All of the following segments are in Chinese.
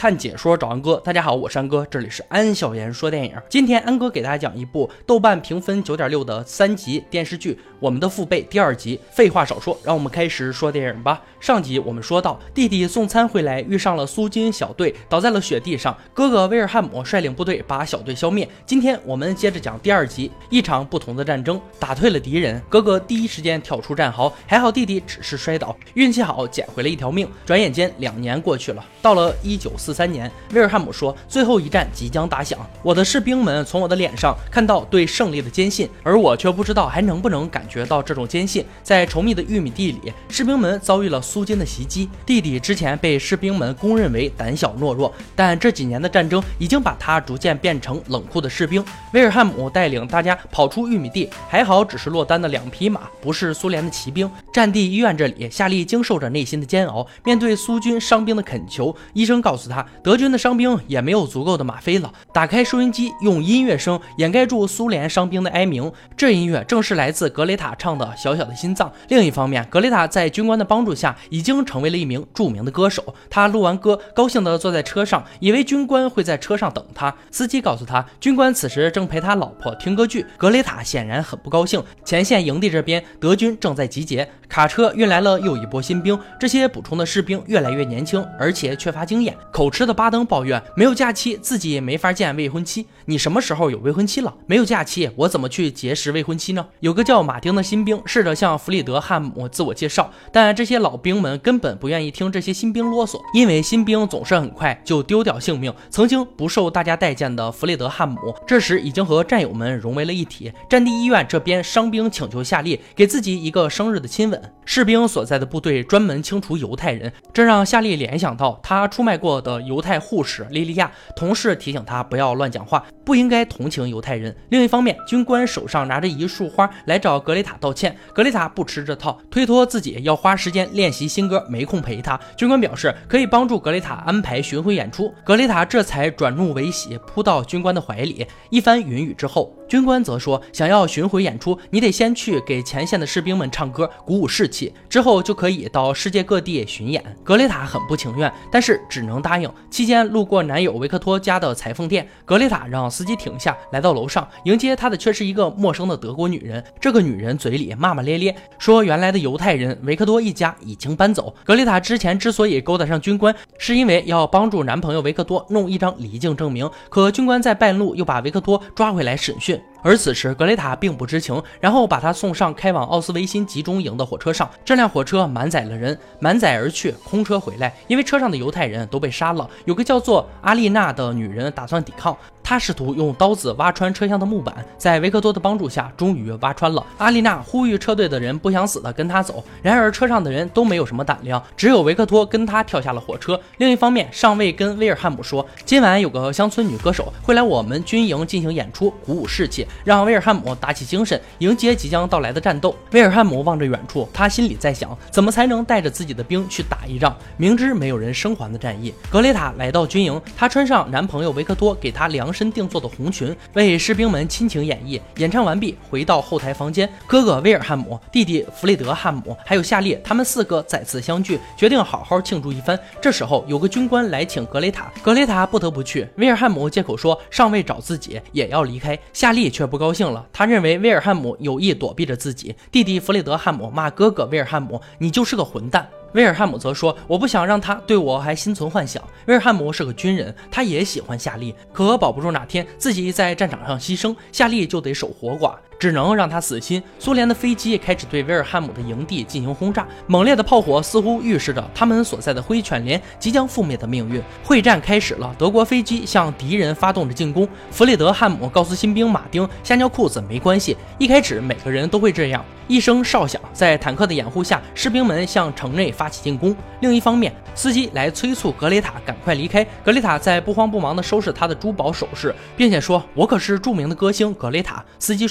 看解说找安哥。大家好，我是安哥，这里是安小言说电影。今天安哥给大家讲一部豆瓣评分 9.6 的3集电视剧《我们的父辈》第2集。废话少说，让我们开始说电影吧。上集我们说到，弟弟送餐回来遇上了苏金小队，倒在了雪地上，哥哥威尔汉姆率领部队把小队消灭。今天我们接着讲第2集，一场不同的战争，打退了敌人，哥哥第一时间跳出战壕，还好弟弟只是摔倒，运气好捡回了一条命。转眼间2年过去了，到了1943年，威尔汉姆说，最后一战即将打响，我的士兵们从我的脸上看到对胜利的坚信，而我却不知道还能不能感觉到这种坚信。在稠密的玉米地里，士兵们遭遇了苏金的袭击。弟弟之前被士兵们公认为胆小懦弱，但这几年的战争已经把他逐渐变成冷酷的士兵。威尔汉姆带领大家跑出玉米地，还好只是落单的2匹马，不是苏联的骑兵。战地医院这里，夏利经受着内心的煎熬，面对苏军伤兵的恳求，医生告诉他，德军的伤兵也没有足够的吗啡了。打开收音机，用音乐声掩盖住苏联伤兵的哀鸣，这音乐正是来自格雷塔唱的《小小的心脏》。另一方面，格雷塔在军官的帮助下已经成为了一名著名的歌手。他录完歌，高兴地坐在车上，以为军官会在车上等他。司机告诉他，军官此时正陪他老婆听歌剧。格雷塔显然很不高兴。前线营地这边，德军正在集结，卡车运来了又一波新兵。这些补充的士兵越来越年轻，而且缺乏经验。口吃的巴登抱怨，没有假期，自己也没法见未婚妻。你什么时候有未婚妻了？没有假期，我怎么去结识未婚妻呢？有个叫马丁的新兵试着向弗里德汉姆自我介绍，但这些老兵们根本不愿意听这些新兵啰嗦，因为新兵总是很快就丢掉性命。曾经不受大家待见的弗里德汉姆，这时已经和战友们融为了一体。战地医院这边，伤兵请求夏利给自己一个生日的亲吻。士兵所在的部队专门清除犹太人，这让夏利联想到他出卖过的犹太护士莉莉亚。同事提醒他不要乱讲话，不应该同情犹太人。另一方面，军官手上拿着一束花来找格雷塔道歉，格雷塔不吃这套，推脱自己要花时间练习新歌，没空陪他。军官表示可以帮助格雷塔安排巡回演出，格雷塔这才转怒为喜，扑到军官的怀里。一番云雨之后，军官则说，想要巡回演出，你得先去给前线的士兵们唱歌，鼓舞士气，之后就可以到世界各地巡演。格雷塔很不情愿，但是只能答应。期间路过男友维克托家的裁缝店，格雷塔让司机停下，来到楼上，迎接他的却是一个陌生的德国女人。这个女人嘴里骂骂咧咧，说原来的犹太人维克多一家已经搬走。格雷塔之前之所以勾搭上军官，是因为要帮助男朋友维克多弄一张离境证明，可军官在半路又把维克多抓回来审讯。而此时格雷塔并不知情，然后把他送上开往奥斯维辛集中营的火车上。这辆火车满载了人，满载而去，空车回来，因为车上的犹太人都被杀了。有个叫做阿丽娜的女人打算抵抗，她试图用刀子挖穿车厢的木板，在维克多的帮助下终于挖穿了。阿丽娜呼吁车队的人不想死的跟他走，然而车上的人都没有什么胆量，只有维克多跟他跳下了火车。另一方面，上尉跟威尔汉姆说，今晚有个乡村女歌手会来我们军营进行演出，鼓舞士气，让威尔汉姆打起精神，迎接即将到来的战斗。威尔汉姆望着远处，他心里在想，怎么才能带着自己的兵去打一仗，明知没有人生还的战役。格雷塔来到军营，她穿上男朋友维克多给她量身定做的红裙，为士兵们亲情演绎。演唱完毕，回到后台房间，哥哥威尔汉姆、弟弟弗雷德汉姆还有夏利，他们4个再次相聚，决定好好庆祝一番。这时候有个军官来请格雷塔，格雷塔不得不去。威尔汉姆借口说上尉找自己，也要离开。夏利却不高兴了，他认为威尔汉姆有意躲避着自己。弟弟弗雷德汉姆骂哥哥威尔汉姆，你就是个混蛋。威尔汉姆则说，我不想让他对我还心存幻想。威尔汉姆是个军人，他也喜欢夏利，可保不住哪天自己在战场上牺牲，夏利就得守活寡，只能让他死心。苏联的飞机开始对威尔汉姆的营地进行轰炸，猛烈的炮火似乎预示着他们所在的灰犬连即将覆灭的命运。会战开始了，德国飞机向敌人发动着进攻。弗里德汉姆告诉新兵马丁，吓尿裤子没关系，一开始每个人都会这样。一声哨响，在坦克的掩护下，士兵们向城内发起进攻。另一方面，司机来催促格雷塔赶快离开。格雷塔在不慌不忙地收拾他的珠宝首饰，并且说，我可是著名的歌星格雷塔。司机说，你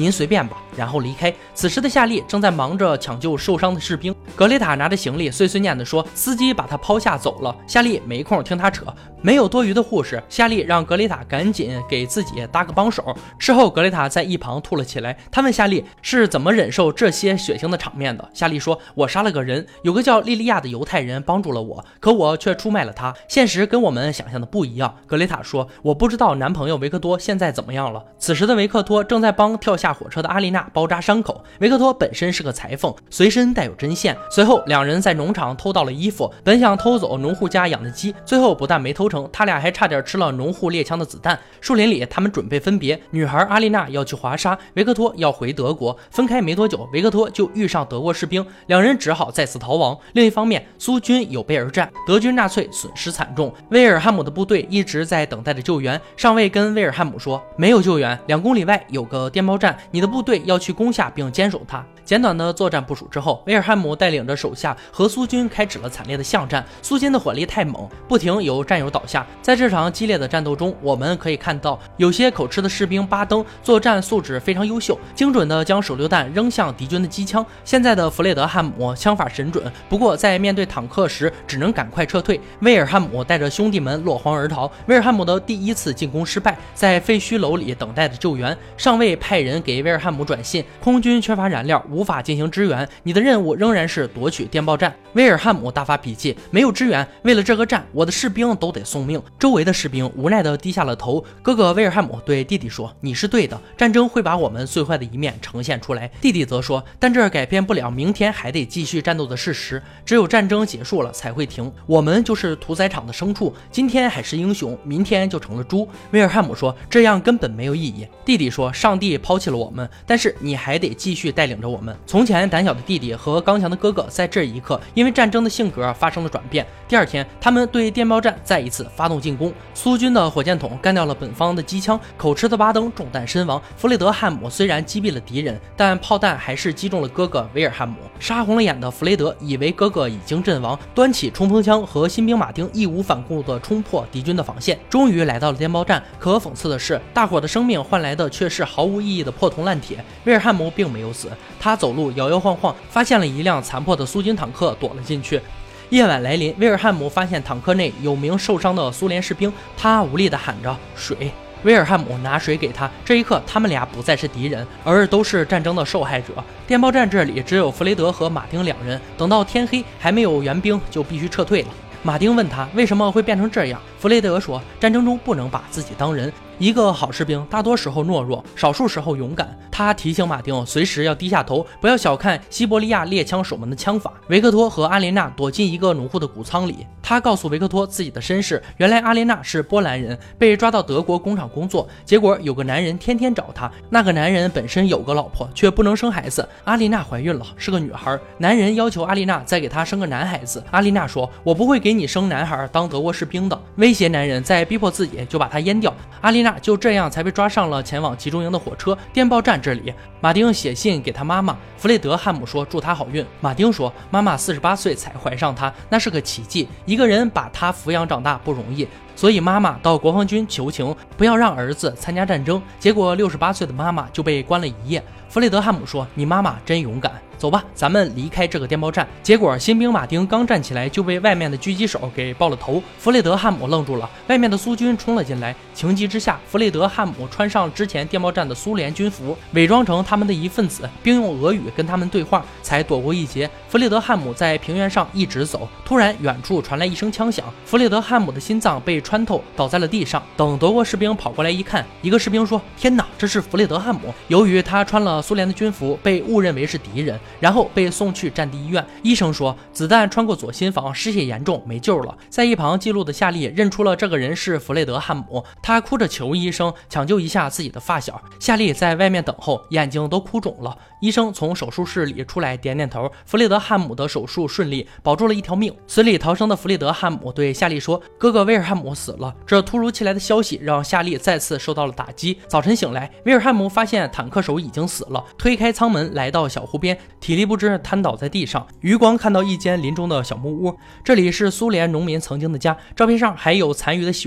您随便吧。然后离开。此时的夏利正在忙着抢救受伤的士兵，格雷塔拿着行李碎碎念地说司机把他抛下走了。夏利没空听他扯，没有多余的护士，夏利让格雷塔赶紧给自己搭个帮手。事后格雷塔在一旁吐了起来，他问夏利是怎么忍受这些血腥的场面的。夏利说，我杀了个人，有个叫莉莉亚的犹太人帮助了我，可我却出卖了他，现实跟我们想象的不一样。格雷塔说，我不知道男朋友维克多现在怎么样了。此时的维克托正在帮跳下火车的阿丽娜包扎伤口。维克托本身是个裁缝，随身带有针线。随后两人在农场偷到了衣服，本想偷走农户家养的鸡，最后不但没偷成，他俩还差点吃了农户猎枪的子弹。树林里他们准备分别，女孩阿丽娜要去华沙，维克托要回德国。分开没多久，维克托就遇上德国士兵，两人只好再次逃亡。另一方面，苏军有备而战，德军纳粹损失惨重，威尔汉姆的部队一直在等待着救援。上尉跟威尔汉姆说，没有救援，2公里外有个电报站，你的部队要去攻下并坚守它。简短的作战部署之后，威尔汉姆带领着手下和苏军开始了惨烈的巷战。苏军的火力太猛，不停有战友倒下。在这场激烈的战斗中，我们可以看到有些口吃的士兵巴登作战素质非常优秀，精准的将手榴弹扔向敌军的机枪。现在的弗雷德汉姆枪法神准，不过在面对坦克时只能赶快撤退。威尔汉姆带着兄弟们落荒而逃。威尔汉姆的第一次进攻失败，在废墟楼里等待着救援。上尉派人给威尔汉姆转信，空军缺乏燃料，无法进行支援，你的任务仍然是夺取电报站。威尔汉姆大发脾气，没有支援，为了这个站，我的士兵都得送命。周围的士兵无奈地低下了头。哥哥威尔汉姆对弟弟说，你是对的，战争会把我们最坏的一面呈现出来。弟弟则说，但这改变不了明天还得继续战斗的事实，只有战争结束了才会停。我们就是屠宰场的牲畜，今天还是英雄，明天就成了猪。威尔汉姆说，这样根本没有意义。弟弟说，上帝抛弃了我们，但是你还得继续带领着我们。从前胆小的弟弟和刚强的哥哥在这一刻因为战争的性格发生了转变。第二天，他们对电报站再一次发动进攻，苏军的火箭筒干掉了本方的机枪，口吃的巴登中弹身亡。弗雷德汉姆虽然击毙了敌人，但炮弹还是击中了哥哥威尔汉姆。杀红了眼的弗雷德以为哥哥已经阵亡，端起冲锋枪和新兵马丁义无反顾地冲破敌军的防线，终于来到了电报站。可讽刺的是，大伙的生命换来的却是毫无意义的破铜烂铁。威尔汉姆并没有死，他走路摇摇晃晃，发现了一辆残破的苏军坦克，躲了进去。夜晚来临，威尔汉姆发现坦克内有名受伤的苏联士兵，他无力地喊着水。威尔汉姆拿水给他，这一刻他们俩不再是敌人，而都是战争的受害者。电报站这里只有弗雷德和马丁两人，等到天黑还没有援兵，就必须撤退了。马丁问他为什么会变成这样，弗雷德说，战争中不能把自己当人，一个好士兵大多时候懦弱，少数时候勇敢。他提醒马丁随时要低下头，不要小看西伯利亚猎枪手们的枪法。维克托和阿莲娜躲进一个农户的谷仓里，他告诉维克托自己的身世，原来阿莲娜是波兰人，被抓到德国工厂工作，结果有个男人天天找她，那个男人本身有个老婆，却不能生孩子，阿丽娜怀孕了，是个女孩，男人要求阿丽娜再给他生个男孩子，阿丽娜说，我不会给你生男孩当德国士兵的，威胁男人再逼迫自己就把他阉掉。阿丽娜就这样才被抓上了前往集中营的火车。电报站这里，马丁写信给他妈妈，弗雷德汉姆说祝他好运。马丁说，妈妈48岁才怀上他，那是个奇迹，一个人把他抚养长大不容易，所以妈妈到国防军求情，不要让儿子参加战争，结果68岁的妈妈就被关了1夜。弗雷德汉姆说，你妈妈真勇敢，走吧，咱们离开这个电报站。结果新兵马丁刚站起来就被外面的狙击手给爆了头，弗雷德汉姆愣住了，外面的苏军冲了进来。情急之下，弗雷德汉姆穿上之前电报站的苏联军服，伪装成他们的一份子，并用俄语跟他们对话，才躲过一劫。弗雷德汉姆在平原上一直走，突然远处传来一声枪响，弗雷德汉姆的心脏被穿透，倒在了地上。等德国士兵跑过来一看，一个士兵说，天哪，这是弗雷德汉姆。由于他穿了苏联的军服，被误认为是敌人，然后被送去战地医院。医生说，子弹穿过左心房，失血严重，没救了。在一旁记录的夏利认出了这个人是弗雷德汉姆，他哭着求医生抢救一下自己的发小。夏利在外面等候，眼睛都哭肿了。医生从手术室里出来，点点头。弗雷德汉姆的手术顺利，保住了一条命。死里逃生的弗雷德汉姆对夏利说，哥哥威尔汉姆死了。这突如其来的消息让夏利再次受到了打击。早晨醒来，威尔汉姆发现坦克手已经死了，推开舱门来到小湖边，体力不支瘫倒在地上。余光看到一间林中的小木屋，这里是苏联农民曾经的家，照片上还有残余的血迹。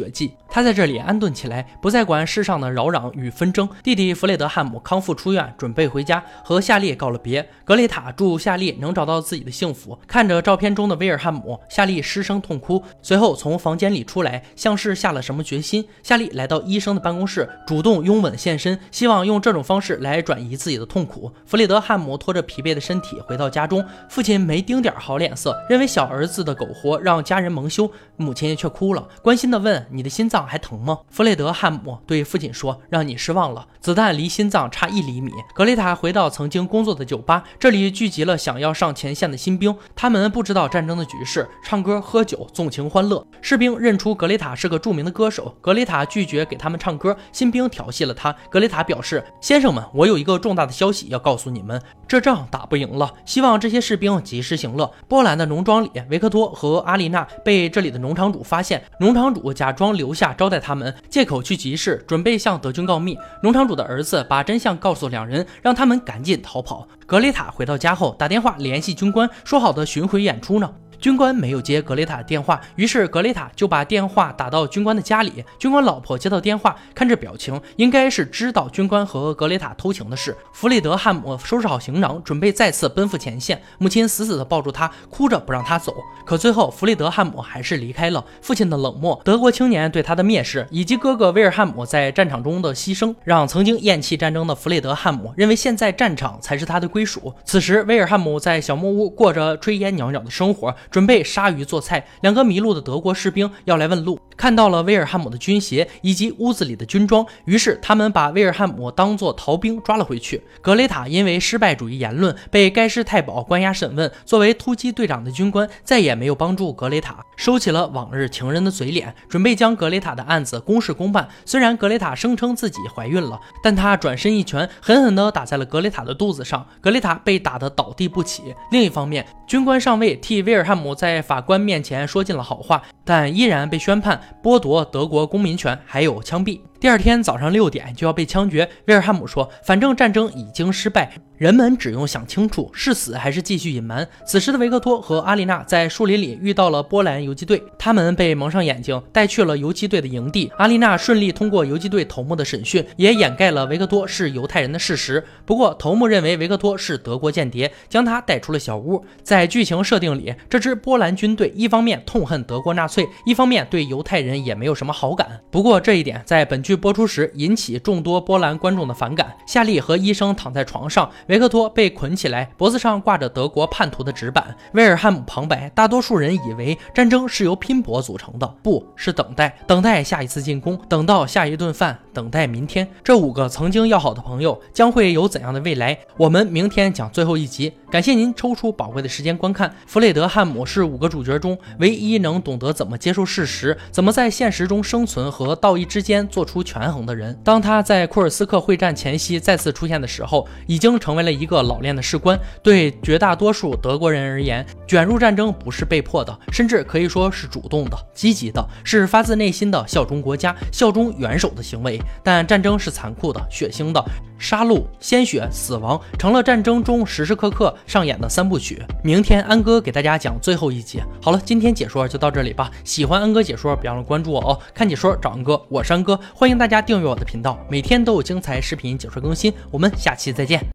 他在这里安顿起来，不再管世上的扰攘与纷争。弟弟弗雷德汉姆康复出院，准备回家和夏利告了别。格雷塔祝夏利能找到自己的幸福。看着照片中的威尔汉姆，夏利失声痛哭，随后从房间里出来，像是下了什么决心。夏利来到医生的办公室，主动拥吻现身，希望用这种方式来转移自己的痛苦。弗雷德汉姆拖着疲惫的身体回到家中，父亲没丁点好脸色，认为小儿子的苟活让家人蒙羞。母亲却哭了，关心地问：“你的心脏还疼吗？”弗雷德汉姆对父亲说：“让你失望了，子弹离心脏差1厘米。”格雷塔回到曾经工作的酒吧，这里聚集了想要上前线的新兵，他们不知道战争的局势，唱歌喝酒，纵情欢乐。士兵认出格雷塔是个著名的歌手，格雷塔拒绝给他们唱歌，新兵调戏了他。格雷塔表示：“先生们，我有一个重大的消息要告诉你们，这仗打不赢了，希望这些士兵及时行乐。”波兰的农庄里，维克托和阿丽娜被这里的农场主发现，农场主假装留下招待他们，借口去集市，准备向德军告密。农场主的儿子把真相告诉两人，让他们赶紧逃跑。格雷塔回到家后打电话联系军官，说好的巡回演出呢？军官没有接格雷塔的电话，于是格雷塔就把电话打到军官的家里。军官老婆接到电话，看这表情，应该是知道军官和格雷塔偷情的事。弗雷德汉姆收拾好行囊，准备再次奔赴前线。母亲死死地抱住他，哭着不让他走。可最后，弗雷德汉姆还是离开了。父亲的冷漠，德国青年对他的蔑视，以及哥哥威尔汉姆在战场中的牺牲，让曾经厌弃战争的弗雷德汉姆认为现在战场才是他的归属。此时，威尔汉姆在小木屋过着炊烟袅袅的生活，准备杀鱼做菜。两个迷路的德国士兵要来问路，看到了威尔汉姆的军鞋以及屋子里的军装，于是他们把威尔汉姆当作逃兵抓了回去。格雷塔因为失败主义言论被盖世太保关押审问，作为突击队长的军官再也没有帮助格雷塔，收起了往日情人的嘴脸，准备将格雷塔的案子公事公办。虽然格雷塔声称自己怀孕了，但他转身一拳狠狠地打在了格雷塔的肚子上，格雷塔被打得倒地不起。另一方面，军官上尉替威尔汉姆在法官面前说尽了好话，但依然被宣判剥夺德国公民权，还有枪毙。第二天早上6点就要被枪决。威尔汉姆说：“反正战争已经失败，人们只用想清楚是死还是继续隐瞒。”此时的维克托和阿丽娜在树林里遇到了波兰游击队，他们被蒙上眼睛，带去了游击队的营地。阿丽娜顺利通过游击队头目的审讯，也掩盖了维克托是犹太人的事实。不过头目认为维克托是德国间谍，将他带出了小屋。在剧情设定里，这支波兰军队一方面痛恨德国纳粹，一方面对犹太人也没有什么好感。不过这一点在本剧播出时引起众多波兰观众的反感。夏利和医生躺在床上，维克托被捆起来，脖子上挂着德国叛徒的纸板。威尔汉姆旁白：“大多数人以为战争是由拼搏组成的，不是等待，等待下一次进攻，等到下一顿饭，等待明天。这5个曾经要好的朋友将会有怎样的未来？我们明天讲最后一集。感谢您抽出宝贵的时间观看。弗雷德汉姆是5个主角中唯一能懂得怎么接受事实，怎么在现实中生存和道义之间做出权衡的人。当他在库尔斯克会战前夕再次出现的时候，已经成为了一个老练的士官。对绝大多数德国人而言，卷入战争不是被迫的，甚至可以说是主动的、积极的，是发自内心的效忠国家、效忠元首的行为。但战争是残酷的、血腥的，杀戮、鲜血、死亡成了战争中时时刻刻上演的3部曲。明天安哥给大家讲最后一集。好了，今天解说就到这里吧。喜欢安哥解说，别忘了关注我哦。看解说找安哥，我是安哥，欢迎大家订阅我的频道，每天都有精彩视频解说更新。我们下期再见。